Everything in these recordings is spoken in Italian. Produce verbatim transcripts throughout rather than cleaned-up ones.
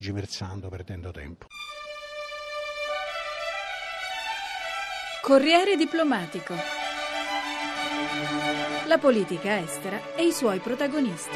gimerzando, perdendo tempo. Corriere diplomatico. La politica estera e i suoi protagonisti.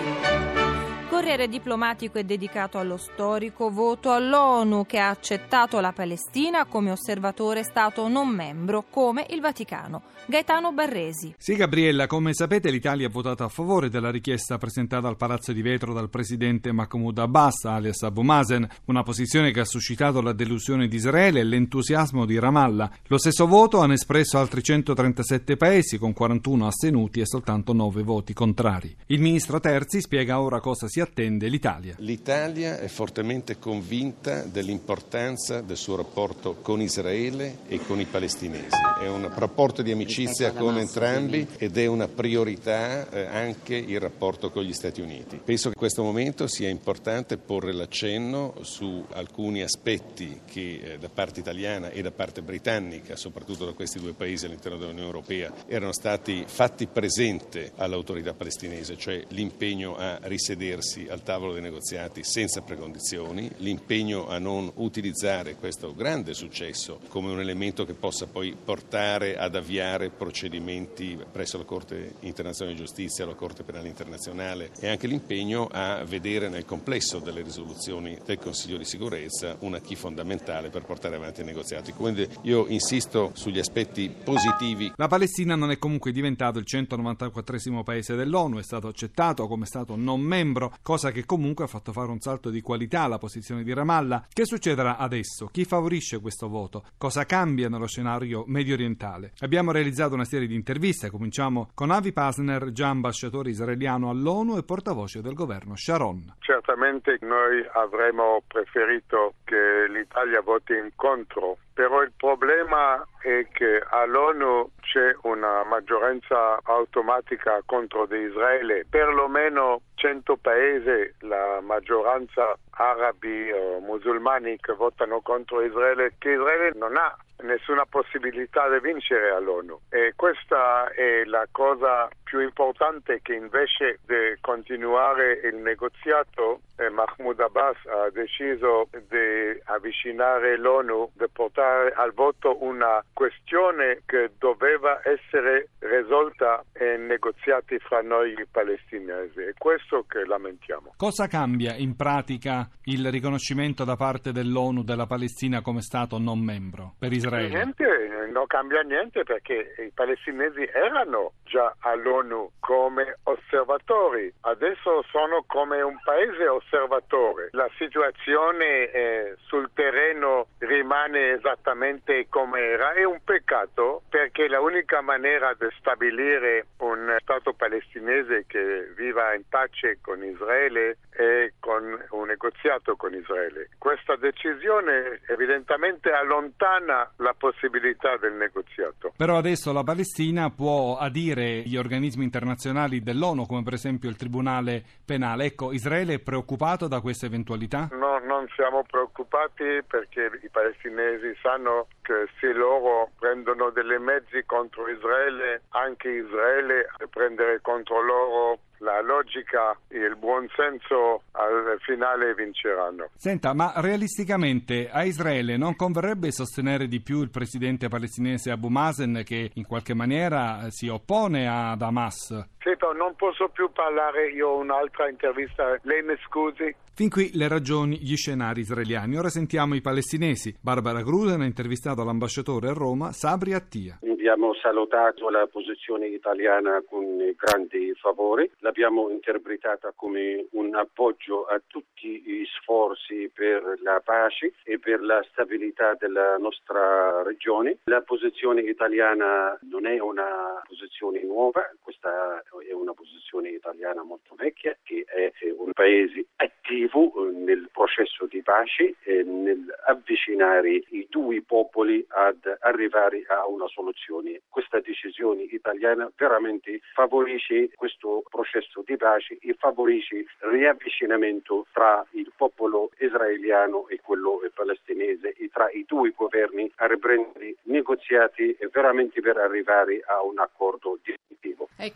Corriere diplomatico è dedicato allo storico voto all'ONU che ha accettato la Palestina come osservatore stato non membro, come il Vaticano. Gaetano Barresi. Sì, Gabriella, come sapete l'Italia ha votato a favore della richiesta presentata al Palazzo di Vetro dal presidente Mahmoud Abbas, alias Abu Mazen, una posizione che ha suscitato la delusione di Israele e l'entusiasmo di Ramallah. Lo stesso voto hanno espresso altri centotrentasette paesi, con quarantuno astenuti e soltanto nove voti contrari. Il ministro Terzi spiega ora cosa si attende l'Italia. L'Italia è fortemente convinta dell'importanza del suo rapporto con Israele e con i palestinesi. È un rapporto di amicizia con entrambi ed è una priorità eh, anche il rapporto con gli Stati Uniti. Penso che in questo momento sia importante porre l'accenno su alcuni aspetti che eh, da parte italiana e da parte britannica, soprattutto da questi due paesi all'interno dell'Unione Europea, erano stati fatti presente all'autorità palestinese, cioè l'impegno a risedersi al tavolo dei negoziati senza precondizioni, l'impegno a non utilizzare questo grande successo come un elemento che possa poi portare ad avviare procedimenti presso la Corte internazionale di giustizia, la Corte penale internazionale, e anche l'impegno a vedere nel complesso delle risoluzioni del Consiglio di sicurezza una key fondamentale per portare avanti i negoziati. Quindi io insisto sugli aspetti positivi. La Palestina non è comunque diventato il centonovantaquattresimo paese dell'ONU, è stato accettato come stato non membro, cosa che comunque ha fatto fare un salto di qualità alla posizione di Ramallah. Che succederà adesso? Chi favorisce questo voto? Cosa cambia nello scenario medio orientale? Abbiamo realizzato una serie di interviste. Cominciamo con Avi Pazner, già ambasciatore israeliano all'ONU e portavoce del governo Sharon. Certamente noi avremmo preferito che l'Italia voti in contro, però il problema è che all'ONU c'è una maggioranza automatica contro di Israele, perlomeno cento paesi, la maggioranza arabi o musulmani che votano contro Israele, che Israele non ha nessuna possibilità di vincere all'ONU, e questa è la cosa più importante, che invece di continuare il negoziato eh, Mahmoud Abbas ha deciso di avvicinare l'ONU, di portare al voto una questione che doveva essere risolta in negoziati fra noi palestinesi, e questo che lamentiamo. Cosa cambia in pratica il riconoscimento da parte dell'ONU della Palestina come Stato non membro per Israele? Niente, non cambia niente, perché i palestinesi erano già all'ONU come osservatori, adesso sono come un paese osservatore. La situazione eh, sul terreno rimane esattamente come era. È un peccato, perché la unica maniera di stabilire un Stato palestinese che viva in pace con Israele è con un negoziato con Israele. Questa decisione evidentemente allontana la possibilità del negoziato. Però adesso la Palestina può adire gli organismi internazionali dell'ONU, come per esempio il Tribunale Penale. Ecco, Israele è preoccupato da questa eventualità? No, non siamo preoccupati, perché i palestinesi sanno che se loro prendono delle mezzi contro Israele, anche Israele prendere contro loro. La logica e il buon senso al finale vinceranno. Senta, ma realisticamente a Israele non converrebbe sostenere di più il presidente palestinese Abu Mazen, che in qualche maniera si oppone ad Hamas? Senta, non posso più parlare, io ho un'altra intervista, lei mi scusi? Fin qui le ragioni, gli scenari israeliani. Ora sentiamo i palestinesi. Barbara Gruden ha intervistato l'ambasciatore a Roma, Sabri Attia. Abbiamo salutato la posizione italiana con grandi favori, l'abbiamo interpretata come un appoggio a tutti gli sforzi per la pace e per la stabilità della nostra regione. La posizione italiana non è una posizione nuova, questa è una posizione italiana molto vecchia, che è un paese attivo nel processo di pace e nell'avvicinare i due popoli ad arrivare a una soluzione. Questa decisione italiana veramente favorisce questo processo di pace e favorisce il riavvicinamento tra il popolo israeliano e quello palestinese e tra i due governi, a riprendere negoziati veramente per arrivare a un accordo definitivo. Ecco, in Europa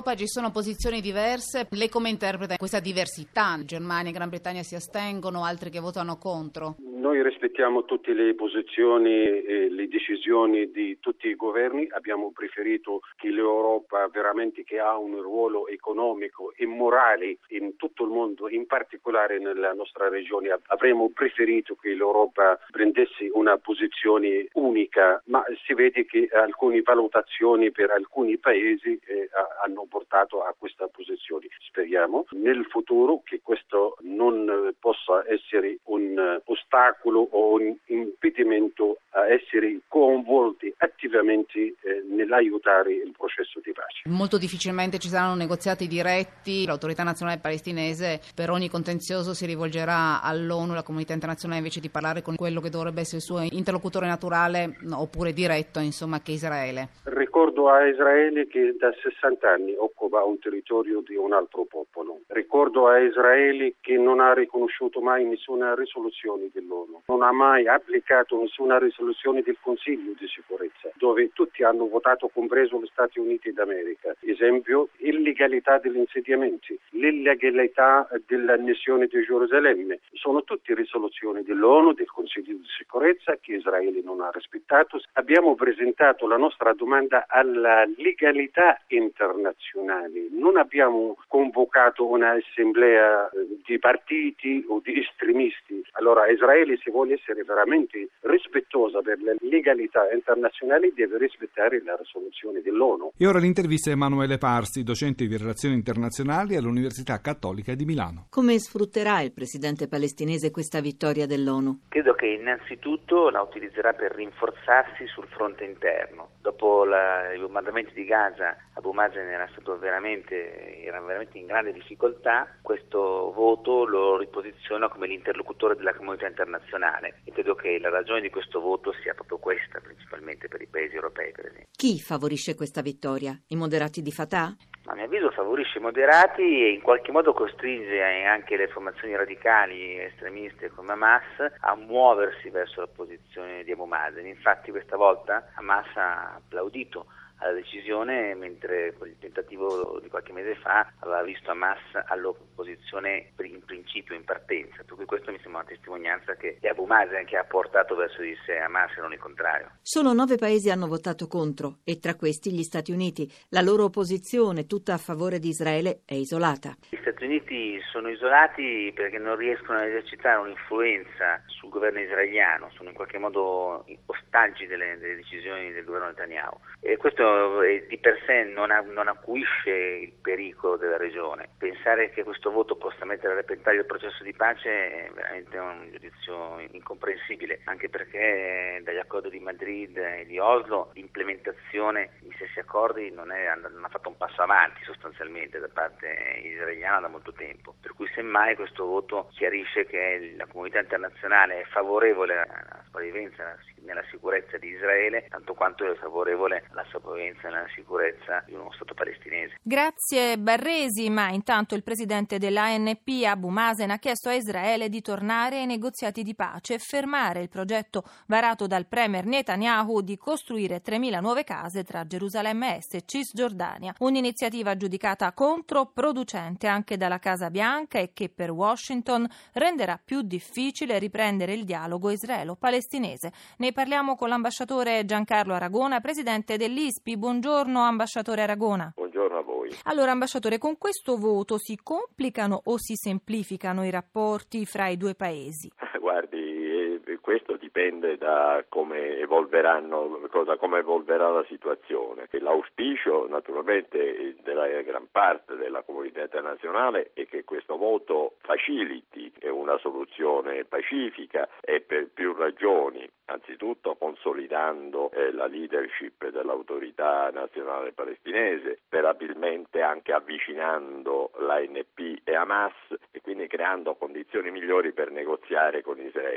Europa ci sono posizioni diverse. Lei come interpreta questa diversità? Germania e Gran Bretagna si astengono, altri che votano contro. Noi rispettiamo tutte le posizioni e le decisioni di tutti i governi. Abbiamo preferito che l'Europa veramente che ha un ruolo economico e morale in tutto il mondo, in particolare nella nostra regione, avremmo preferito che l'Europa prendesse una posizione unica, ma si vede che alcune valutazioni per alcuni paesi eh, hanno portato a questa posizione. Speriamo nel futuro che questo non possa essere un ostacolo o un impedimento a essere coinvolti attivamente eh, nell'aiutare il processo di pace. Molto difficilmente ci saranno negoziati diretti. L'autorità nazionale palestinese per ogni contenzioso si rivolgerà all'ONU, la comunità internazionale, invece di parlare con quello che dovrebbe essere il suo interlocutore naturale oppure diretto, insomma, che è Israele. Ricordo a Israele che da sessanta anni occupa un territorio di un altro popolo. Ricordo a Israele che non ha riconosciuto mai nessuna risoluzione dell'ONU, non ha mai applicato nessuna risoluzione del Consiglio di sicurezza, dove tutti hanno votato, compreso gli Stati Uniti d'America. Esempio, illegalità degli insediamenti, l'illegalità dell'annessione di Gerusalemme. Sono tutte risoluzioni dell'ONU, del Consiglio di sicurezza, che Israele non ha rispettato. Abbiamo presentato la nostra domanda alla legalità internazionale. Non abbiamo convocato un'assemblea di partiti o di estremisti. Allora Israele, se vuole essere veramente rispettosa per la legalità internazionale, deve rispettare la risoluzione dell'ONU. E ora l'intervista a Emanuele Parsi, docente di relazioni internazionali all'Università Cattolica di Milano. Come sfrutterà il presidente palestinese questa vittoria dell'ONU? Credo che innanzitutto la utilizzerà per rinforzarsi sul fronte interno. Dopo la, i bombardamenti di Gaza, Abu Mazen era stato veramente, era veramente in grande difficoltà. Questo voto lo riposiziona come l'interlocutore della comunità internazionale e credo che la ragione di questo voto sia proprio questa, principalmente per i paesi europei, per esempio. Chi favorisce questa vittoria? I moderati di Fatah? A mio avviso favorisce i moderati e in qualche modo costringe anche le formazioni radicali estremiste come Hamas a muoversi verso la posizione di Abu Mazen. Infatti questa volta Hamas ha applaudito alla decisione, mentre il tentativo di qualche mese fa aveva visto Hamas all'opposizione in principio, in partenza, per cui questo mi sembra una testimonianza che è Abu Mazen che ha portato verso di sé Hamas e non il contrario. Solo nove paesi hanno votato contro e tra questi gli Stati Uniti. La loro opposizione, tutta a favore di Israele, è isolata. Gli Stati Uniti sono isolati perché non riescono ad esercitare un'influenza sul governo israeliano, sono in qualche modo ostaggi delle, delle decisioni del governo Netanyahu e questo di per sé non, ha, non acuisce il pericolo della regione. Pensare che questo voto possa mettere a repentaglio il processo di pace è veramente un giudizio incomprensibile, anche perché dagli accordi di Madrid e di Oslo l'implementazione di stessi accordi non, è, non ha fatto un passo avanti sostanzialmente da parte israeliana da molto tempo, per cui semmai questo voto chiarisce che la comunità internazionale è favorevole alla sopravvivenza nella sicurezza di Israele tanto quanto è favorevole alla sopravvivenza nella sicurezza di uno Stato palestinese. Grazie Barresi, ma intanto il presidente dell'A N P Abu Mazen ha chiesto a Israele di tornare ai negoziati di pace e fermare il progetto varato dal premier Netanyahu di costruire tremila nuove case tra Gerusalemme Est e Cisgiordania, un'iniziativa giudicata controproducente anche dalla Casa Bianca e che per Washington renderà più difficile riprendere il dialogo israelo-palestinese. Ne parliamo con l'ambasciatore Giancarlo Aragona, presidente dell'I S P I. Buongiorno ambasciatore Aragona. Buongiorno a voi. Allora ambasciatore, con questo voto si complicano o si semplificano i rapporti fra i due paesi? Guardi, questo dipende da come evolveranno, cosa, come evolverà la situazione. L'auspicio naturalmente della gran parte della comunità internazionale è che questo voto faciliti una soluzione pacifica e per più ragioni. Anzitutto consolidando eh, la leadership dell'autorità nazionale palestinese, sperabilmente anche avvicinando l'A N P e Hamas e quindi creando condizioni migliori per negoziare con Israele. Le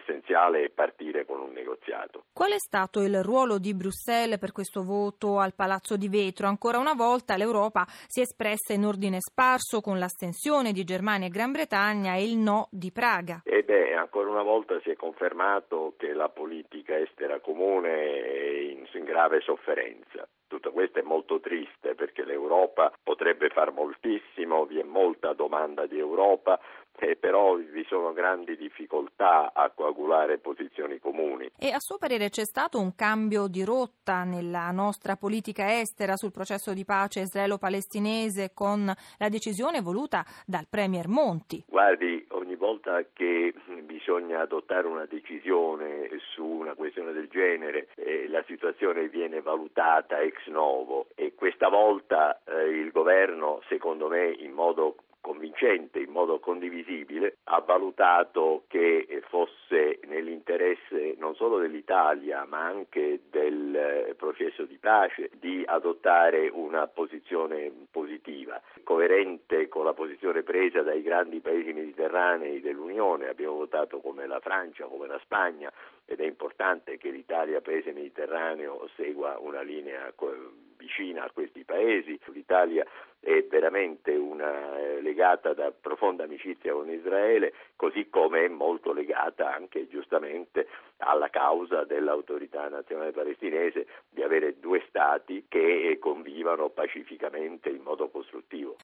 essenziale è partire con un negoziato. Qual è stato il ruolo di Bruxelles per questo voto al Palazzo di Vetro? Ancora una volta l'Europa si è espressa in ordine sparso con l'astensione di Germania e Gran Bretagna e il no di Praga. E beh, ancora una volta si è confermato che la politica estera comune è in, in grave sofferenza. Tutto questo è molto triste perché l'Europa potrebbe far moltissimo, vi è molta domanda di Europa, eh, però vi sono grandi difficoltà a coagulare posizioni comuni. E a suo parere c'è stato un cambio di rotta nella nostra politica estera sul processo di pace israelo-palestinese con la decisione voluta dal Premier Monti? Guardi, ogni volta che bisogna adottare una decisione su una questione del genere, eh, la situazione viene valutata ex novo e questa volta eh, il governo, secondo me, in modo convincente, in modo condivisibile, ha valutato che fosse nell'interesse non solo dell'Italia ma anche del processo di pace di adottare una posizione positiva, coerente con la posizione presa dai grandi paesi mediterranei dell'Unione. Abbiamo votato come la Francia, come la Spagna ed è importante che l'Italia, paese mediterraneo, segua una linea vicina a questi paesi. L'Italia è veramente una eh, legata da profonda amicizia con Israele, così come è molto legata anche giustamente alla causa dell'autorità nazionale palestinese di avere due stati che convivano pacificamente in modo costruttivo.